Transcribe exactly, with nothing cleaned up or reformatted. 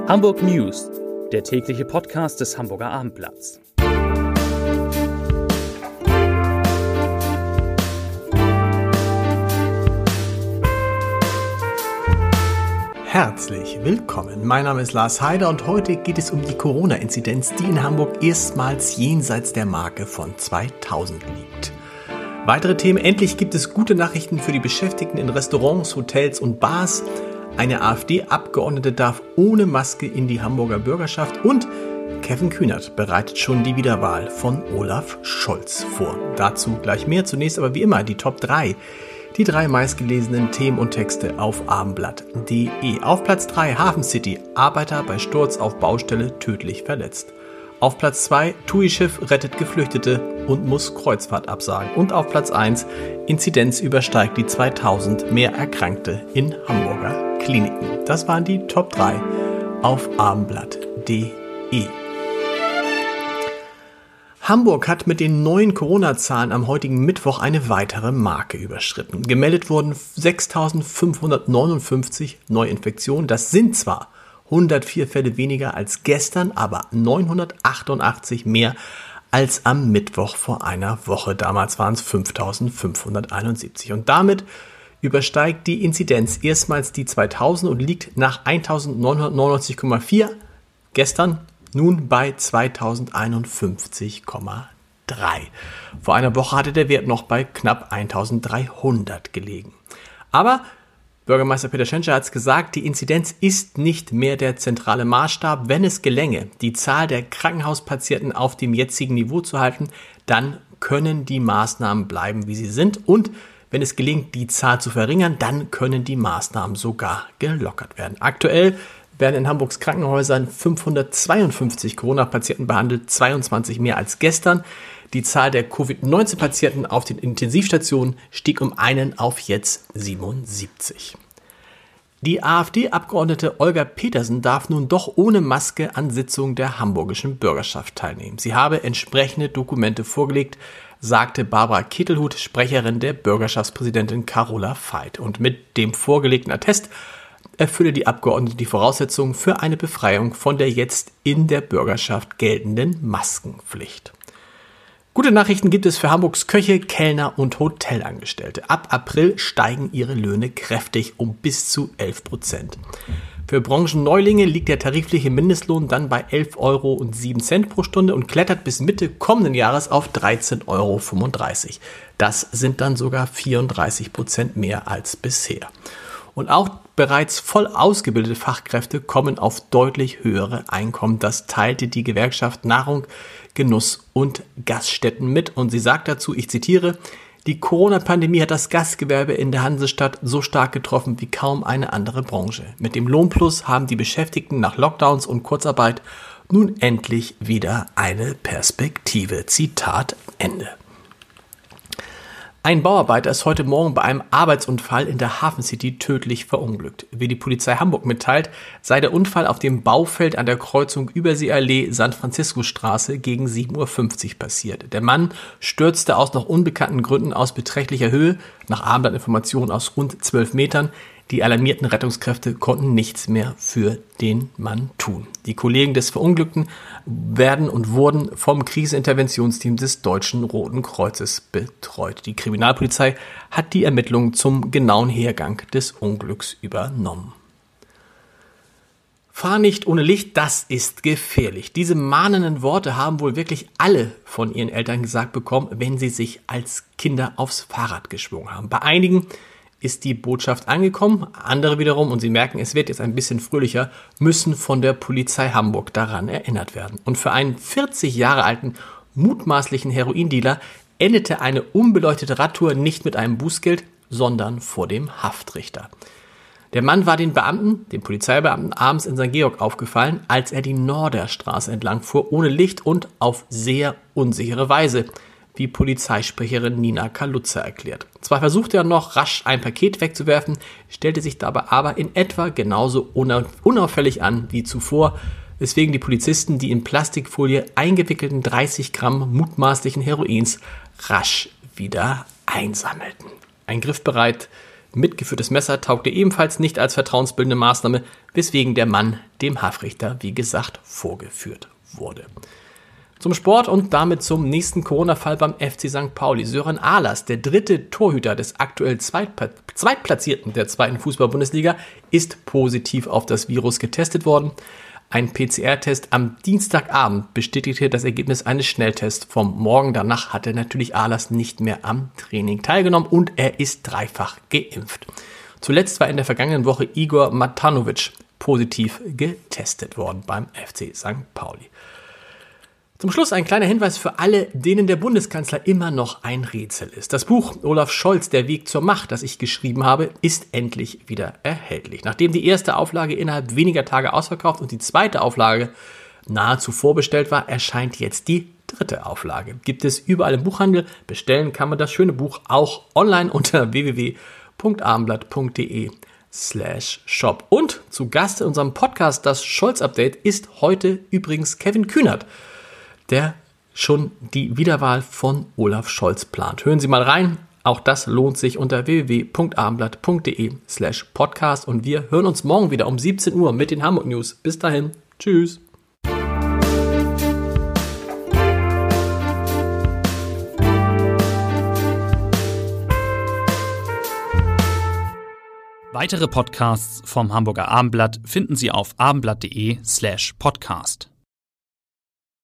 Hamburg News, der tägliche Podcast des Hamburger Abendblatts. Herzlich willkommen. Mein Name ist Lars Heider und heute geht es um die Corona-Inzidenz, die in Hamburg erstmals jenseits der Marke von zweitausend liegt. Weitere Themen: Endlich gibt es gute Nachrichten für die Beschäftigten in Restaurants, Hotels und Bars. Eine AfD-Abgeordnete darf ohne Maske in die Hamburger Bürgerschaft und Kevin Kühnert bereitet schon die Wiederwahl von Olaf Scholz vor. Dazu gleich mehr. Zunächst aber wie immer die Top drei. Die drei meistgelesenen Themen und Texte auf abendblatt punkt de. Auf Platz drei Hafen City. Arbeiter bei Sturz auf Baustelle tödlich verletzt. Auf Platz zwei T U I-Schiff rettet Geflüchtete und muss Kreuzfahrt absagen. Und auf Platz eins Inzidenz übersteigt die zweitausend, mehr Erkrankte in Hamburger Kliniken. Das waren die Top drei auf abendblatt punkt de. Hamburg hat mit den neuen Corona-Zahlen am heutigen Mittwoch eine weitere Marke überschritten. Gemeldet wurden sechstausendfünfhundertneunundfünfzig Neuinfektionen. Das sind zwar hundertvier Fälle weniger als gestern, aber neunhundertachtundachtzig mehr als am Mittwoch vor einer Woche. Damals waren es fünftausendfünfhunderteinundsiebzig. Und damit übersteigt die Inzidenz erstmals die zweitausend und liegt nach eintausendneunhundertneunundneunzig Komma vier gestern nun bei zweitausendeinundfünfzig Komma drei. Vor einer Woche hatte der Wert noch bei knapp eintausenddreihundert gelegen. Aber Bürgermeister Peter Schenscher hat es gesagt, die Inzidenz ist nicht mehr der zentrale Maßstab. Wenn es gelänge, die Zahl der Krankenhauspatienten auf dem jetzigen Niveau zu halten, dann können die Maßnahmen bleiben, wie sie sind. Und wenn es gelingt, die Zahl zu verringern, dann können die Maßnahmen sogar gelockert werden. Aktuell werden in Hamburgs Krankenhäusern fünfhundertzweiundfünfzig Corona-Patienten behandelt, zweiundzwanzig mehr als gestern. Die Zahl der Covid neunzehn Patienten auf den Intensivstationen stieg um einen auf jetzt siebenundsiebzig. Die AfD-Abgeordnete Olga Petersen darf nun doch ohne Maske an Sitzungen der hamburgischen Bürgerschaft teilnehmen. Sie habe entsprechende Dokumente vorgelegt, sagte Barbara Kittelhut, Sprecherin der Bürgerschaftspräsidentin Carola Veit. Und mit dem vorgelegten Attest erfülle die Abgeordnete die Voraussetzungen für eine Befreiung von der jetzt in der Bürgerschaft geltenden Maskenpflicht. Gute Nachrichten gibt es für Hamburgs Köche, Kellner und Hotelangestellte. Ab April steigen ihre Löhne kräftig um bis zu elf Prozent. Für Branchenneulinge liegt der tarifliche Mindestlohn dann bei elf Euro und sieben Cent pro Stunde und klettert bis Mitte kommenden Jahres auf dreizehn Euro fünfunddreißig. Das sind dann sogar vierunddreißig Prozent mehr als bisher. Und auch bereits voll ausgebildete Fachkräfte kommen auf deutlich höhere Einkommen. Das teilte die Gewerkschaft Nahrung, Genuss und Gaststätten mit. Und sie sagt dazu, ich zitiere, die Corona-Pandemie hat das Gastgewerbe in der Hansestadt so stark getroffen wie kaum eine andere Branche. Mit dem Lohnplus haben die Beschäftigten nach Lockdowns und Kurzarbeit nun endlich wieder eine Perspektive. Zitat Ende. Ein Bauarbeiter ist heute Morgen bei einem Arbeitsunfall in der Hafen City tödlich verunglückt. Wie die Polizei Hamburg mitteilt, sei der Unfall auf dem Baufeld an der Kreuzung Überseeallee San Francisco-Straße gegen sieben Uhr fünfzig passiert. Der Mann stürzte aus noch unbekannten Gründen aus beträchtlicher Höhe, nach Abendblattinformationen aus rund zwölf Metern. Die alarmierten Rettungskräfte konnten nichts mehr für den Mann tun. Die Kollegen des Verunglückten werden und wurden vom Kriseninterventionsteam des Deutschen Roten Kreuzes betreut. Die Kriminalpolizei hat die Ermittlungen zum genauen Hergang des Unglücks übernommen. Fahr nicht ohne Licht, das ist gefährlich. Diese mahnenden Worte haben wohl wirklich alle von ihren Eltern gesagt bekommen, wenn sie sich als Kinder aufs Fahrrad geschwungen haben. Bei einigen ist die Botschaft angekommen, andere wiederum, und Sie merken, es wird jetzt ein bisschen fröhlicher, müssen von der Polizei Hamburg daran erinnert werden. Und für einen vierzig Jahre alten mutmaßlichen Heroindealer endete eine unbeleuchtete Radtour nicht mit einem Bußgeld, sondern vor dem Haftrichter. Der Mann war den Beamten, den Polizeibeamten, abends in Sankt Georg aufgefallen, als er die Norderstraße entlang fuhr, ohne Licht und auf sehr unsichere Weise, wie Polizeisprecherin Nina Kaluza erklärt. Zwar versuchte er noch, rasch ein Paket wegzuwerfen, stellte sich dabei aber in etwa genauso unauffällig an wie zuvor, weswegen die Polizisten die in Plastikfolie eingewickelten dreißig Gramm mutmaßlichen Heroins rasch wieder einsammelten. Ein griffbereit Mitgeführtes Messer taugte ebenfalls nicht als vertrauensbildende Maßnahme, weswegen der Mann dem Hafrichter, wie gesagt, vorgeführt wurde. Zum Sport und damit zum nächsten Corona-Fall beim F C Sankt Pauli. Sören Ahlers, der dritte Torhüter des aktuell Zweitpla- Zweitplatzierten der zweiten Fußball-Bundesliga, ist positiv auf das Virus getestet worden. Ein P C R-Test am Dienstagabend bestätigte das Ergebnis eines Schnelltests vom Morgen. Danach hatte natürlich Ahlers nicht mehr am Training teilgenommen und er ist dreifach geimpft. Zuletzt war in der vergangenen Woche Igor Matanovic positiv getestet worden beim F C Sankt Pauli. Zum Schluss ein kleiner Hinweis für alle, denen der Bundeskanzler immer noch ein Rätsel ist. Das Buch Olaf Scholz, Der Weg zur Macht, das ich geschrieben habe, ist endlich wieder erhältlich. Nachdem die erste Auflage innerhalb weniger Tage ausverkauft und die zweite Auflage nahezu vorbestellt war, erscheint jetzt die dritte Auflage. Gibt es überall im Buchhandel. Bestellen kann man das schöne Buch auch online unter w w w punkt abendblatt punkt d e slash shop. Und zu Gast in unserem Podcast, das Scholz-Update, ist heute übrigens Kevin Kühnert, der schon die Wiederwahl von Olaf Scholz plant. Hören Sie mal rein, auch das lohnt sich unter w w w punkt abendblatt punkt d e slash podcast und wir hören uns morgen wieder um siebzehn Uhr mit den Hamburg News. Bis dahin, tschüss. Weitere Podcasts vom Hamburger Abendblatt finden Sie auf abendblatt punkt d e slash podcast.